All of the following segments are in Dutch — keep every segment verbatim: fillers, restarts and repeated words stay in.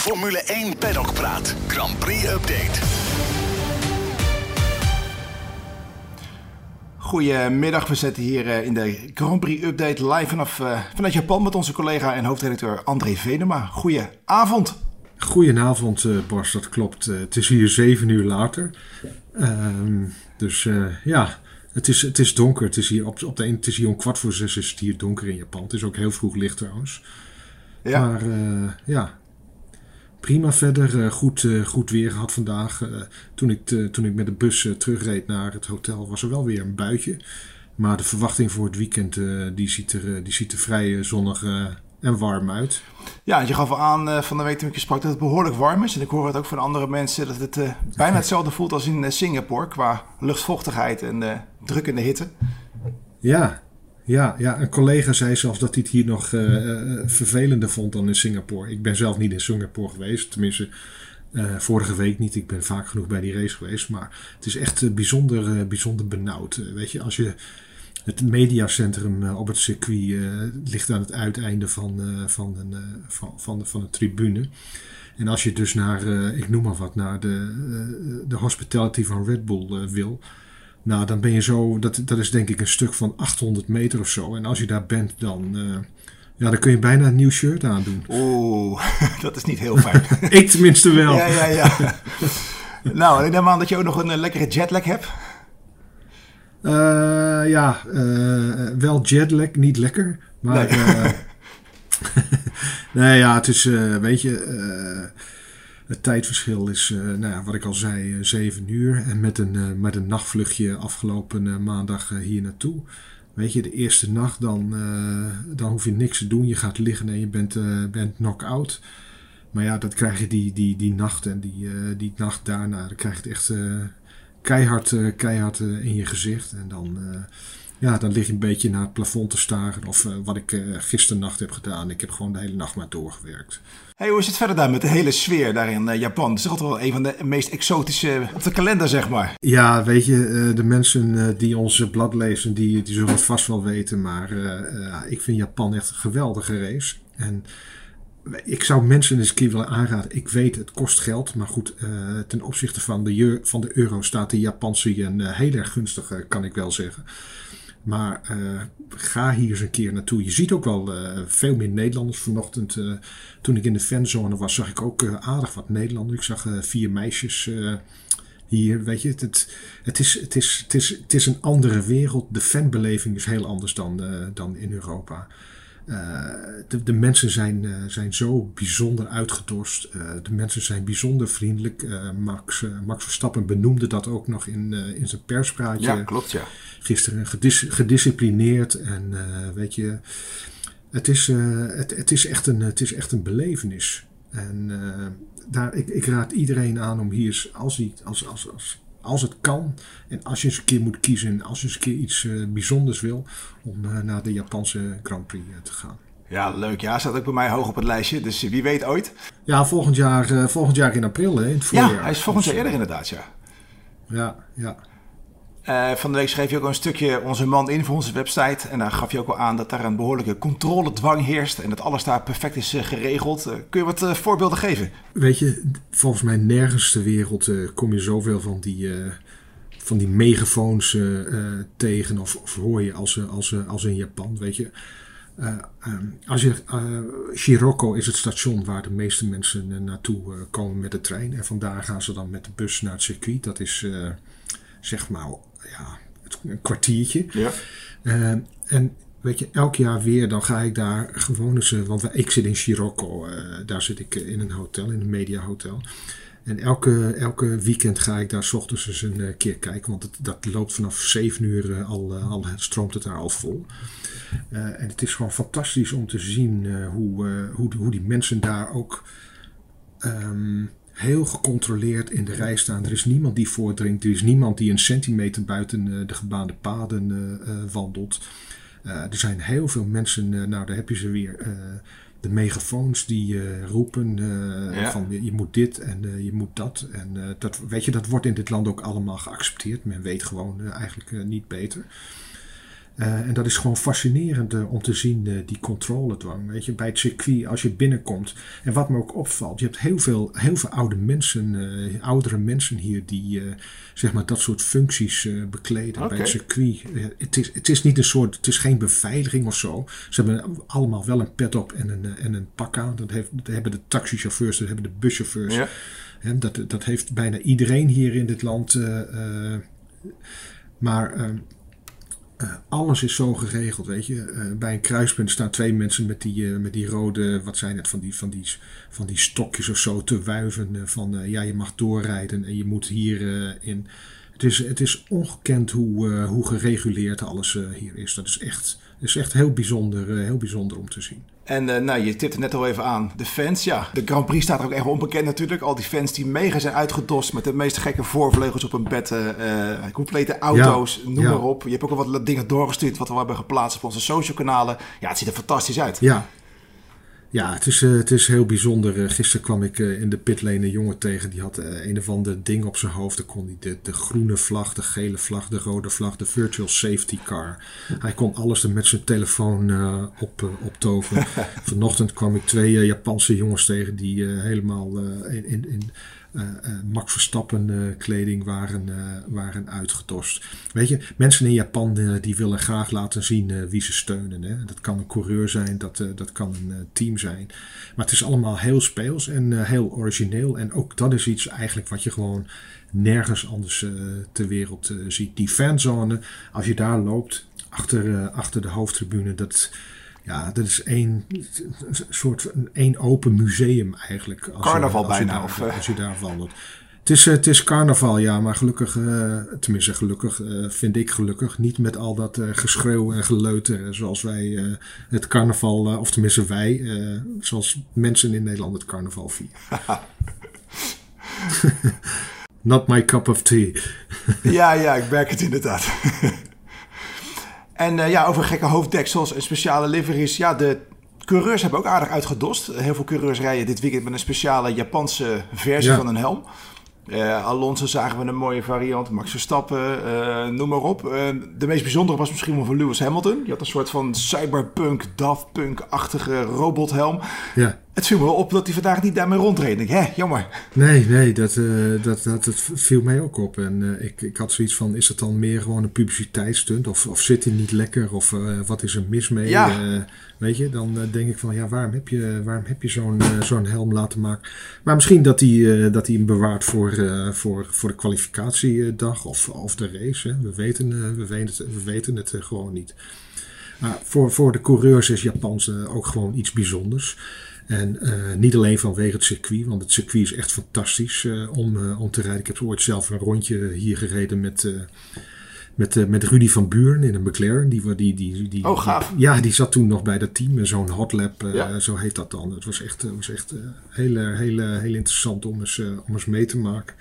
Formule één Paddock Praat. Grand Prix Update. Goedemiddag, we zitten hier in de Grand Prix Update live vanaf, uh, vanuit Japan met onze collega en hoofdredacteur André Venema. Goedenavond. Goedenavond uh, Bas, dat klopt. Uh, het is hier zeven uur later. Uh, dus uh, ja, het is, het is donker. Het is, hier op, op de een, het is hier om kwart voor zes is het hier donker in Japan. Het is ook heel vroeg licht trouwens. Ja. Maar uh, ja, prima verder. Uh, goed, uh, goed weer gehad vandaag. Uh, toen, ik te, toen ik met de bus uh, terugreed naar het hotel was er wel weer een buitje. Maar de verwachting voor het weekend uh, die ziet, er, uh, die ziet er vrij uh, zonnig uh, en warm uit. Ja, je gaf al aan uh, van de week toen ik je sprak dat het behoorlijk warm is. En ik hoor het ook van andere mensen dat het uh, bijna hetzelfde voelt als in uh, Singapore qua luchtvochtigheid en uh, druk in de hitte. Ja, ja, ja, een collega zei zelfs dat hij het hier nog uh, uh, vervelender vond dan in Singapore. Ik ben zelf niet in Singapore geweest, tenminste uh, vorige week niet. Ik ben vaak genoeg bij die race geweest, maar het is echt uh, bijzonder, uh, bijzonder benauwd. Uh, weet je, als je het mediacentrum uh, op het circuit uh, ligt aan het uiteinde van, uh, van, een, uh, van, van, de, van de tribune. En als je dus naar, uh, ik noem maar wat, naar de, uh, de hospitality van Red Bull uh, wil, nou, dan ben je zo, dat, dat is denk ik een stuk van achthonderd meter of zo. En als je daar bent, dan, uh, ja, dan kun je bijna een nieuw shirt aandoen. Oeh, dat is niet heel fijn. Ik tenminste wel. Ja, ja, ja. Nou, ik neem aan dat je ook nog een uh, lekkere jetlag hebt. Uh, ja, uh, wel jetlag, niet lekker. Maar nee, uh, nee ja, het is, uh, weet je, uh, het tijdverschil is, uh, nou ja, wat ik al zei, uh, zeven uur. En met een, uh, met een nachtvluchtje afgelopen uh, maandag uh, hier naartoe. Weet je, de eerste nacht, dan, uh, dan hoef je niks te doen. Je gaat liggen en je bent, uh, bent knock-out. Maar ja, dat krijg je die, die, die nacht en die, uh, die nacht daarna, dan krijg je het echt uh, keihard, uh, keihard uh, in je gezicht. En dan, uh, ja, dan lig je een beetje naar het plafond te staren. Of uh, wat ik uh, gisternacht heb gedaan. Ik heb gewoon de hele nacht maar doorgewerkt. Hey, hoe is het verder daar met de hele sfeer daar in uh, Japan? Het is toch wel een van de meest exotische op de kalender, zeg maar. Ja, weet je, uh, de mensen uh, die ons blad lezen, die, die zullen het vast wel weten. Maar uh, uh, ik vind Japan echt een geweldige race. En ik zou mensen eens een keer willen aanraden. Ik weet, het kost geld. Maar goed, uh, ten opzichte van de, je, van de euro staat de Japanse yen uh, heel erg gunstig, uh, kan ik wel zeggen. Maar uh, ga hier eens een keer naartoe. Je ziet ook wel uh, veel meer Nederlanders. Vanochtend, uh, toen ik in de fanzone was, zag ik ook uh, aardig wat Nederlanders. Ik zag uh, vier meisjes uh, hier. Weet je, het, het, het, is, het, is, het, is, het is een andere wereld. De fanbeleving is heel anders dan, uh, dan in Europa. Uh, de, de mensen zijn, uh, zijn zo bijzonder uitgedost. Uh, de mensen zijn bijzonder vriendelijk. Uh, Max, uh, Max Verstappen benoemde dat ook nog in, uh, in zijn perspraatje. Ja, klopt, ja. Gisteren gedis, gedisciplineerd. En uh, weet je, het is, uh, het, het, is echt een, het is echt een belevenis. En uh, daar, ik, ik raad iedereen aan om hier, als, hij, als, als, als, als het kan, en als je eens een keer moet kiezen, en als je eens een keer iets uh, bijzonders wil, om uh, naar de Japanse Grand Prix uh, te gaan. Ja, leuk. Ja, staat ook bij mij hoog op het lijstje. Dus wie weet ooit. Ja, volgend jaar, uh, volgend jaar in april, hè, in het voorjaar. Ja, hij is volgend jaar eerder inderdaad, ja. Ja, ja. Uh, van de week schreef je ook een stukje onze man in voor onze website. En daar gaf je ook wel aan dat daar een behoorlijke controledwang heerst. En dat alles daar perfect is uh, geregeld. Uh, kun je wat uh, voorbeelden geven? Weet je, volgens mij nergens ter wereld uh, kom je zoveel van die, uh, van die megafoons uh, uh, tegen. Of, of hoor je als, uh, als, uh, als in Japan, weet je. Uh, um, als je uh, Shiroko is het station waar de meeste mensen uh, naartoe uh, komen met de trein. En vandaar gaan ze dan met de bus naar het circuit. Dat is uh, zeg maar ja, een kwartiertje. Ja. Uh, en weet je, elk jaar weer, dan ga ik daar gewoon eens, want ik zit in Shiroko, uh, daar zit ik in een hotel, in een mediahotel. En elke, elke weekend ga ik daar 's ochtends eens een uh, keer kijken, want het, dat loopt vanaf zeven uur uh, al, uh, al stroomt het daar al vol. Uh, en het is gewoon fantastisch om te zien uh, hoe, uh, hoe, hoe die mensen daar ook um, heel gecontroleerd in de rij staan. Er is niemand die voordringt, er is niemand die een centimeter buiten uh, de gebaande paden uh, uh, wandelt. Uh, er zijn heel veel mensen, uh, nou daar heb je ze weer, uh, de megafoons die uh, roepen uh, ja. van je moet dit en uh, je moet dat. En uh, dat, weet je, dat wordt in dit land ook allemaal geaccepteerd. Men weet gewoon uh, eigenlijk uh, niet beter. Uh, en dat is gewoon fascinerend uh, om te zien, uh, die controledwang. Weet je, bij het circuit, als je binnenkomt. En wat me ook opvalt, je hebt heel veel, heel veel oude mensen, uh, oudere mensen hier die uh, zeg maar dat soort functies uh, bekleden okay. bij het circuit. Uh, het, is, het is niet een soort, het is geen beveiliging of zo. Ze hebben allemaal wel een pet op en een, uh, en een pak aan. Dat, heeft, dat hebben de taxichauffeurs, dat hebben de buschauffeurs. Ja. Uh, dat, dat heeft bijna iedereen hier in dit land. Uh, uh, maar... Uh, Uh, alles is zo geregeld, weet je. Uh, bij een kruispunt staan twee mensen met die, uh, met die rode, wat zijn het, van die, van die, van die stokjes of zo te wuiven. Uh, van uh, ja, je mag doorrijden en je moet hier uh, in. Het is, het is ongekend hoe, uh, hoe gereguleerd alles uh, hier is. Dat is echt, is echt heel bijzonder, uh, heel bijzonder om te zien. En uh, nou, je tipte net al even aan. De fans, ja. De Grand Prix staat er ook echt onbekend natuurlijk. Al die fans die mega zijn uitgedost met de meest gekke voorvleugels op hun bed. Uh, complete auto's, ja, noem ja. maar op. Je hebt ook al wat dingen doorgestuurd wat we hebben geplaatst op onze social kanalen. Ja, het ziet er fantastisch uit. Ja. Ja, het is, uh, het is heel bijzonder. Uh, gisteren kwam ik uh, in de pitlane een jongen tegen. Die had uh, een of ander ding op zijn hoofd. Dan kon hij de, de groene vlag, de gele vlag, de rode vlag, de virtual safety car. Hij kon alles er met zijn telefoon uh, op, uh, op toveren. Vanochtend kwam ik twee uh, Japanse jongens tegen die uh, helemaal uh, in... in, in Uh, uh, Max Verstappen uh, kleding waren, uh, waren uitgedost. Weet je, mensen in Japan uh, die willen graag laten zien uh, wie ze steunen. Hè? Dat kan een coureur zijn, dat, uh, dat kan een uh, team zijn. Maar het is allemaal heel speels en uh, heel origineel. En ook dat is iets eigenlijk wat je gewoon nergens anders uh, ter wereld uh, ziet. Die fanzone, als je daar loopt, achter, uh, achter de hoofdtribune, dat... Ja, dat is één soort één open museum eigenlijk. Als carnaval je, als bijna. Je daar, of, als je daar wandelt. Het is, het is carnaval, ja, maar gelukkig, uh, tenminste gelukkig, uh, vind ik gelukkig, niet met al dat uh, geschreeuw en geleuter zoals wij uh, het carnaval, uh, of tenminste wij, uh, zoals mensen in Nederland het carnaval vieren. Not my cup of tea. ja, ja, ik merk het inderdaad. En uh, ja, over gekke hoofddeksels en speciale liveries. Ja, de coureurs hebben ook aardig uitgedost. Heel veel coureurs rijden dit weekend met een speciale Japanse versie ja. van een helm. Uh, Alonso zagen we een mooie variant. Max Verstappen, uh, noem maar op. Uh, de meest bijzondere was misschien wel van Lewis Hamilton. Die had een soort van cyberpunk, Daft Punk-achtige robothelm. Ja. Het viel me wel op dat hij vandaag niet daarmee rondreed. Ik, hè, jammer. Nee, nee, dat, uh, dat, dat, dat viel mij ook op. En uh, ik, ik had zoiets van, is het dan meer gewoon een publiciteitsstunt? Of, of zit hij niet lekker? Of uh, wat is er mis mee? Ja. Uh, weet je, dan uh, denk ik van, ja, waarom heb je, waarom heb je zo'n, uh, zo'n helm laten maken? Maar misschien dat hij, uh, dat hij hem bewaart voor, uh, voor, voor de kwalificatiedag of, of de race. Hè? We weten, uh, we weten het, we weten het uh, gewoon niet. Maar voor, voor de coureurs is Japans uh, ook gewoon iets bijzonders. En uh, niet alleen vanwege het circuit, want het circuit is echt fantastisch uh, om, uh, om te rijden. Ik heb ooit zelf een rondje hier gereden met, uh, met, uh, met Rudy van Buren in een McLaren. Die, die, die, die, oh, gaaf. Die, ja, die zat toen nog bij dat team, zo'n hot lap, uh, ja. zo heet dat dan. Het was echt, uh, was echt uh, heel, heel, heel interessant om eens, uh, om eens mee te maken.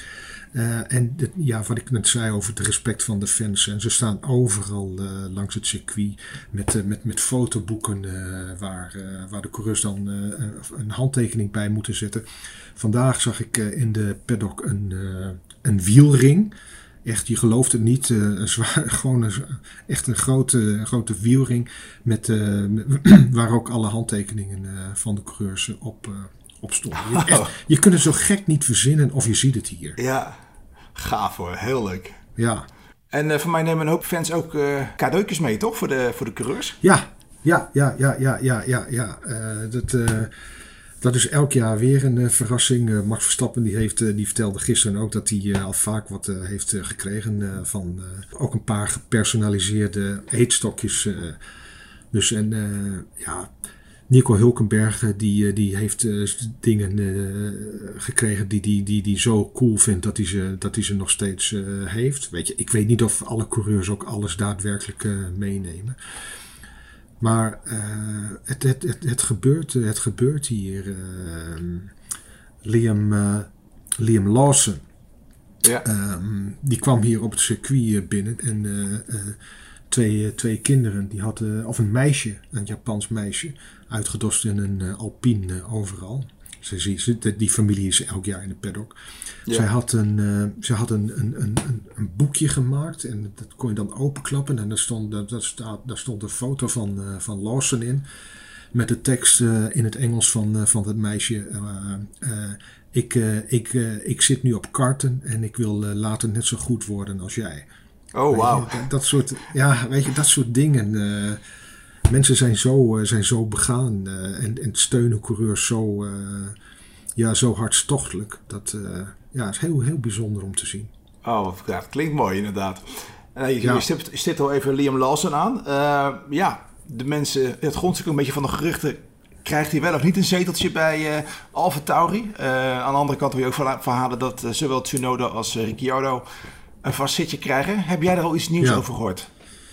Uh, en de, ja, wat ik net zei over het respect van de fans. En ze staan overal uh, langs het circuit met, uh, met, met fotoboeken uh, waar, uh, waar de coureurs dan uh, een handtekening bij moeten zetten. Vandaag zag ik uh, in de paddock een, uh, een wielring. Echt, je gelooft het niet. Uh, een zwaar, gewoon een, echt een grote, een grote wielring met, uh, waar ook alle handtekeningen uh, van de coureurs op uh, op stonden. Je, echt, je kunt het zo gek niet verzinnen of je ziet het hier. Ja, gaaf hoor. Heel leuk. Ja. En uh, voor mij nemen een hoop fans ook uh, cadeautjes mee, toch? Voor de, voor de coureurs? Ja, ja, ja, ja, ja, ja, ja. ja. Uh, dat, uh, dat is elk jaar weer een uh, verrassing. Uh, Max Verstappen die heeft, uh, die vertelde gisteren ook dat hij uh, al vaak wat uh, heeft uh, gekregen. Uh, van uh, ook een paar gepersonaliseerde eetstokjes. Uh, dus en uh, ja... Nico Hulkenberg die, die heeft uh, dingen uh, gekregen die hij die, die, die zo cool vindt dat hij ze, dat hij ze nog steeds uh, heeft. Weet je, ik weet niet of alle coureurs ook alles daadwerkelijk uh, meenemen. Maar uh, het, het, het, het, gebeurt, het gebeurt hier. Uh, Liam, uh, Liam Lawson, ja. um, die kwam hier op het circuit binnen en uh, uh, twee, twee kinderen, die hadden, of een meisje, een Japans meisje, uitgedost in een uh, Alpine uh, overal. Ze, ze, die familie is elk jaar in de paddock. Ja. Zij had, een, uh, zij had een, een, een, een boekje gemaakt en dat kon je dan openklappen. En daar stond, dat staat, daar stond een foto van, uh, van Lawson in. Met de tekst uh, in het Engels van, uh, van het meisje. Uh, uh, ik, uh, ik, uh, ik zit nu op karten en ik wil uh, later net zo goed worden als jij. Oh, wauw. Dat, dat soort, ja, weet je, dat soort dingen. Uh, mensen zijn zo, uh, zijn zo begaan uh, en, en steunen coureurs zo, uh, ja, zo hartstochtelijk. Dat uh, ja, is heel, heel bijzonder om te zien. Oh, ja, dat klinkt mooi inderdaad. Uh, je, ja. je, stipt, je stipt al even Liam Lawson aan. Uh, ja, de mensen, het grondstuk een beetje van de geruchten. Krijgt hij wel of niet een zeteltje bij uh, AlphaTauri? Uh, aan de andere kant wil je ook verhalen dat uh, zowel Tsunoda als uh, Ricciardo een vast zitje krijgen. Heb jij er al iets nieuws ja. over gehoord?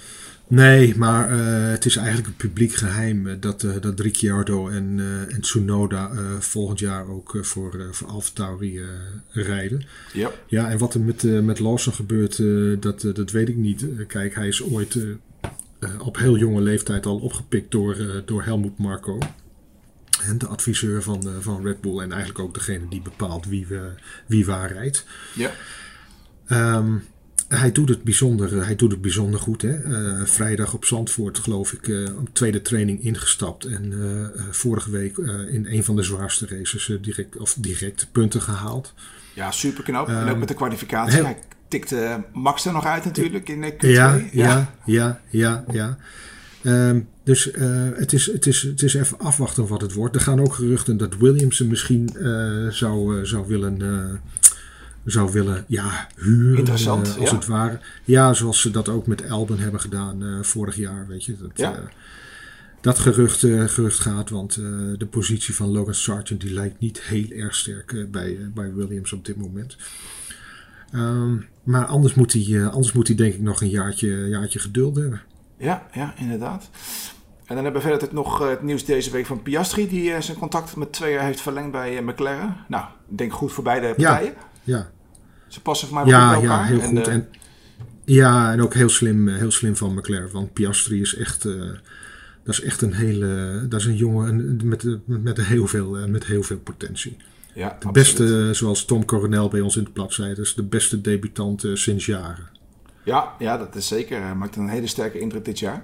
Nee, maar uh, het is eigenlijk een publiek geheim dat, uh, dat Ricciardo en, uh, en Tsunoda uh, volgend jaar ook uh, voor, uh, voor AlphaTauri uh, rijden. Yep. Ja, en wat er met, uh, met Lawson gebeurt, uh, dat, uh, dat weet ik niet. Uh, kijk, hij is ooit uh, uh, op heel jonge leeftijd al opgepikt door, uh, door Helmut Marko. En de adviseur van, uh, van Red Bull en eigenlijk ook degene die bepaalt wie, we, wie waar rijdt. Ja. Um, Hij doet het bijzonder, hij doet het bijzonder goed. Hè? Uh, vrijdag op Zandvoort, geloof ik, uh, op tweede training ingestapt. En uh, vorige week uh, in een van de zwaarste races uh, direct, of direct punten gehaald. Ja, super knap. Um, en ook met de kwalificatie. Heel, hij tikte Max er nog uit natuurlijk in de Q twee. Ja, ja, ja, ja. ja. Um, dus uh, het, is, het, is, het is even afwachten wat het wordt. Er gaan ook geruchten dat Williams hem misschien uh, zou, uh, zou willen... Uh, zou willen ja, huren, Interessant, uh, als ja. het ware. Ja, zoals ze dat ook met Albon hebben gedaan uh, vorig jaar, weet je. Dat, ja. uh, dat gerucht, uh, gerucht gaat, want uh, de positie van Logan Sargent die lijkt niet heel erg sterk uh, bij, uh, bij Williams op dit moment. Um, maar anders moet, hij, uh, anders moet hij denk ik nog een jaartje, jaartje geduld hebben. Ja, ja, inderdaad. En dan hebben we verder nog uh, het nieuws deze week van Piastri, die uh, zijn contract met twee jaar heeft verlengd bij uh, McLaren. Nou, ik denk goed voor beide partijen. Ja. Ja. Ze passen voor mij wel ja, goed bij elkaar. Ja, heel en, goed. Uh, en, ja, en ook heel slim, heel slim van McLaren. Want Piastri is echt, uh, dat is echt een hele, dat is een jongen met, met, heel, veel, uh, met heel veel potentie. Ja, de absoluut. beste, zoals Tom Coronel bij ons in het blad zei, dat is de beste debutant uh, sinds jaren. Ja, ja, dat is zeker. Hij maakt een hele sterke indruk dit jaar.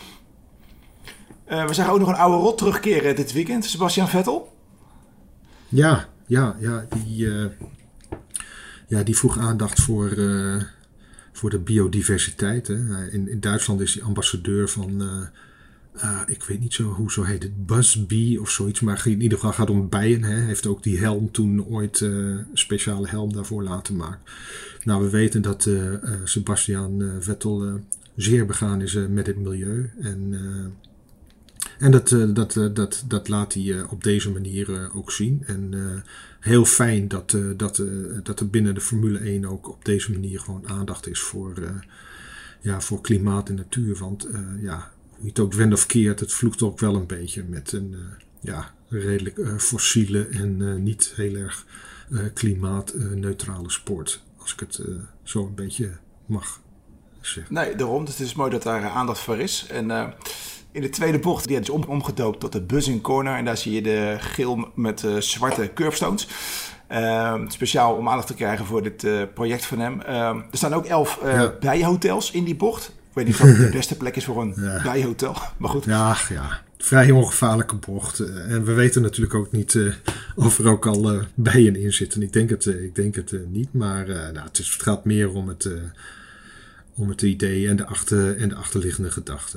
Uh, we zagen ook nog een oude rot terugkeren dit weekend. Sebastian Vettel. Ja, ja, ja. Die... Uh, Ja, die vroeg aandacht voor, uh, voor de biodiversiteit. Hè. In, in Duitsland is hij ambassadeur van, uh, uh, ik weet niet zo hoe zo heet het, Buzzbee of zoiets. Maar in ieder geval gaat het om bijen. Hij heeft ook die helm toen ooit uh, een speciale helm daarvoor laten maken. Nou, we weten dat uh, uh, Sebastian uh, Vettel uh, zeer begaan is uh, met het milieu. En, uh, en dat, uh, dat, uh, dat, dat laat hij uh, op deze manier uh, ook zien. En uh, heel fijn dat, uh, dat, uh, dat er binnen de Formule één ook op deze manier gewoon aandacht is voor, uh, ja, voor klimaat en natuur. Want uh, ja, hoe je het ook wendt of keert, het vloekt ook wel een beetje met een uh, ja, redelijk uh, fossiele en uh, niet heel erg uh, klimaatneutrale sport. Als ik het uh, zo een beetje mag zeggen. Nee, daarom. Dus het is mooi dat daar uh, aandacht voor is. En... Uh... In de tweede bocht, die is om, omgedoopt tot de buzzing corner. En daar zie je de geel met uh, zwarte curbstones. Uh, speciaal om aandacht te krijgen voor dit uh, project van hem. Uh, er staan ook elf uh, ja. bijhotels in die bocht. Ik weet niet of dat de beste plek is voor een ja. bijhotel. Maar goed. Ja, ja, vrij ongevaarlijke bocht. Uh, en we weten natuurlijk ook niet uh, of er ook al uh, bijen in zitten. Ik denk het, uh, ik denk het uh, niet. Maar uh, nou, het, is, het gaat meer om het, uh, om het idee en de, achter, en de achterliggende gedachte.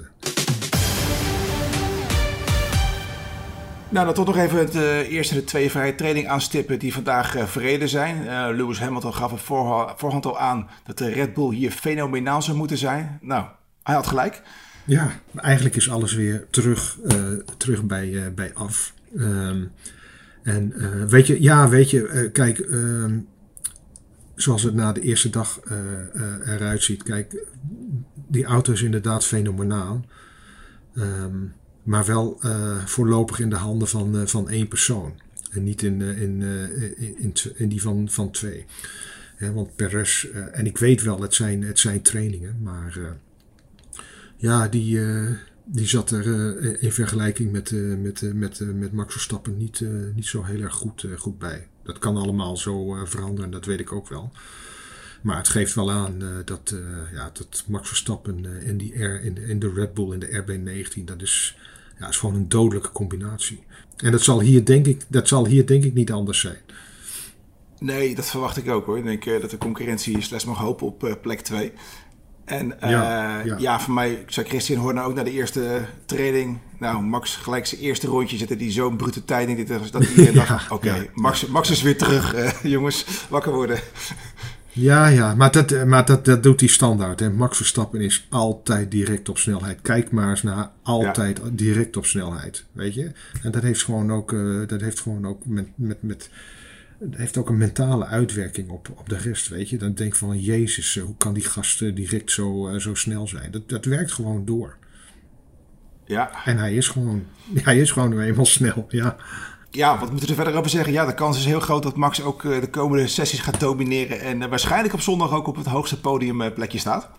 Nou, dan toch nog even het uh, eerste de twee vrije training aanstippen die vandaag uh, verreden zijn. Uh, Lewis Hamilton gaf op voor, voorhand al aan dat de Red Bull hier fenomenaal zou moeten zijn. Nou, hij had gelijk. Ja, eigenlijk is alles weer terug, uh, terug bij, uh, bij af. Um, en uh, weet je, ja, weet je, uh, kijk, um, zoals het na de eerste dag uh, uh, eruit ziet. Kijk, die auto is inderdaad fenomenaal. Um, Maar wel uh, voorlopig in de handen van, uh, van één persoon. En niet in, uh, in, uh, in, in, in die van, van twee. Ja, want Perez, uh, en ik weet wel, het zijn, het zijn trainingen. Maar uh, ja, die, uh, die zat er uh, in vergelijking met, uh, met, uh, met, uh, met Max Verstappen niet, uh, niet zo heel erg goed, uh, goed bij. Dat kan allemaal zo uh, veranderen, dat weet ik ook wel. Maar het geeft wel aan uh, dat, uh, ja, dat Max Verstappen uh, in, die R, in, de, in de Red Bull, in de R B negentien, dat is, ja, is gewoon een dodelijke combinatie. En dat zal hier denk ik, dat zal hier denk ik niet anders zijn. Nee, dat verwacht ik ook hoor. Ik denk uh, dat de concurrentie slechts mag hopen op uh, plek twee. En uh, ja, ja. ja, voor mij, ik zei Christian Horner ook na de eerste training. Nou, Max gelijk zijn eerste rondje zette die zo'n brute tijd in. Dat hij dacht, ja, oké, okay, ja, Max, ja. Max is weer terug. Uh, jongens, wakker worden. Ja, ja, maar, dat, maar dat, dat doet hij standaard. Hè. Max Verstappen is altijd direct op snelheid. Kijk maar eens naar, altijd ja. direct op snelheid. Weet je? En dat heeft gewoon ook, uh, dat heeft gewoon ook met... met, met Het heeft ook een mentale uitwerking op, op de rest, weet je. Dan denk je van, jezus, hoe kan die gast direct zo, uh, zo snel zijn? Dat, dat werkt gewoon door. Ja. En hij is gewoon, hij is gewoon eenmaal snel, ja. Ja, wat moeten we er verder over zeggen? Ja, de kans is heel groot dat Max ook uh, de komende sessies gaat domineren. En uh, waarschijnlijk op zondag ook op het hoogste podium uh, plekje staat.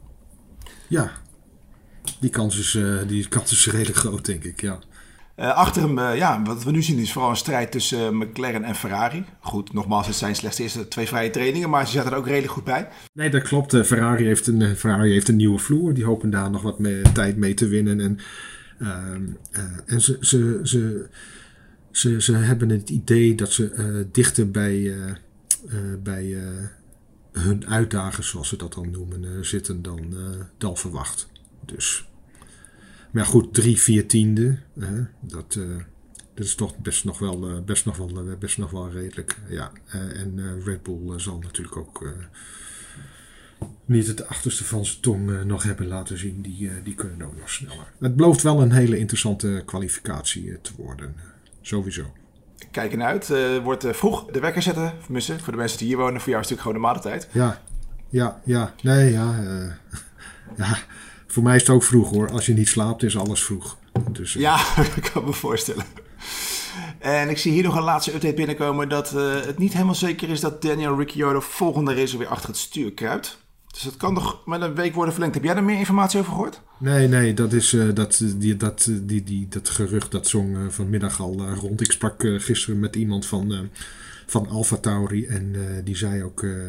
Ja, die kans is, uh, die kans is redelijk groot, denk ik, ja. Uh, achter hem, uh, ja, wat we nu zien is vooral een strijd tussen uh, McLaren en Ferrari. Goed, nogmaals, het zijn slechts de eerste twee vrije trainingen, maar ze zaten er ook redelijk goed bij. Nee, dat klopt. Uh, Ferrari, heeft een, uh, Ferrari heeft een nieuwe vloer. Die hopen daar nog wat mee, tijd mee te winnen. En, uh, uh, en ze, ze, ze, ze, ze hebben het idee dat ze uh, dichter bij, uh, uh, bij uh, hun uitdagers, zoals ze dat dan noemen, uh, zitten dan, uh, dan verwacht. Dus... Maar goed, drie, vier tiende, hè, dat, uh, dat is toch best nog wel, uh, best nog wel, uh, best nog wel redelijk. Ja. Uh, en uh, Red Bull uh, zal natuurlijk ook uh, niet het achterste van zijn tong uh, nog hebben laten zien. Die, uh, die kunnen ook nog sneller. Het belooft wel een hele interessante kwalificatie uh, te worden, uh, sowieso. Kijk ernaar uit. Het uh, wordt uh, vroeg de wekker zetten, missen, voor de mensen die hier wonen. Voor jou is het natuurlijk gewoon de maandentijd. Ja, ja, ja. Nee, ja. Uh, ja. Voor mij is het ook vroeg hoor. Als je niet slaapt is alles vroeg. Dus, uh... Ja, ik kan me voorstellen. En ik zie hier nog een laatste update binnenkomen. Dat uh, het niet helemaal zeker is dat Daniel Ricciardo volgende race weer achter het stuur kruipt. Dus dat kan nog met een week worden verlengd. Heb jij daar meer informatie over gehoord? Nee, nee. Dat is uh, dat, die, dat, die, die, dat gerucht dat zong uh, vanmiddag al uh, rond. Ik sprak uh, gisteren met iemand van, uh, van AlphaTauri. En uh, die zei ook... Uh,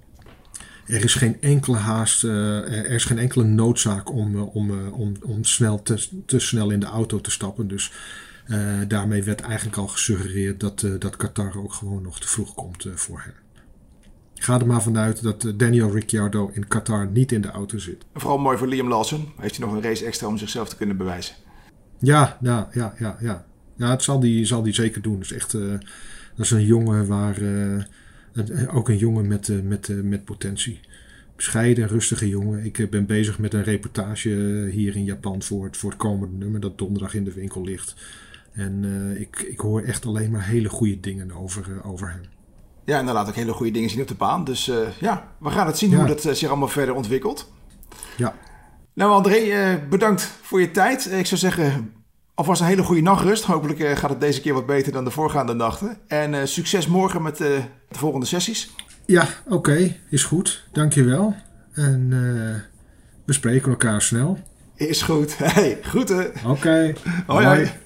Er is geen enkele haast, uh, er is geen enkele noodzaak om, uh, om, uh, om, om snel te, te snel in de auto te stappen. Dus uh, daarmee werd eigenlijk al gesuggereerd dat, uh, dat Qatar ook gewoon nog te vroeg komt uh, voor hem. Ga er maar vanuit dat uh, Daniel Ricciardo in Qatar niet in de auto zit. Vooral mooi voor Liam Lawson. Heeft hij nog een race extra om zichzelf te kunnen bewijzen? Ja, ja, ja, ja. Ja, ja het zal die, zal die zeker doen. Dus echt, uh, dat is een jongen waar... Uh, Ook een jongen met, met, met potentie. Bescheiden, rustige jongen. Ik ben bezig met een reportage hier in Japan voor het, voor het komende nummer dat donderdag in de winkel ligt. En uh, ik, ik hoor echt alleen maar hele goede dingen over, uh, over hem. Ja, en dan laat ik hele goede dingen zien op de baan. Dus uh, ja, we gaan het zien ja. hoe dat uh, zich allemaal verder ontwikkelt. Ja. Nou André, uh, bedankt voor je tijd. Uh, ik zou zeggen... Alvast een hele goede nachtrust. Hopelijk uh, gaat het deze keer wat beter dan de voorgaande nachten. En uh, succes morgen met uh, de volgende sessies. Ja, oké. Okay. Is goed. Dankjewel. En uh, we spreken elkaar snel. Is goed. Hey, groeten. Oké. Okay. Hoi, hoi.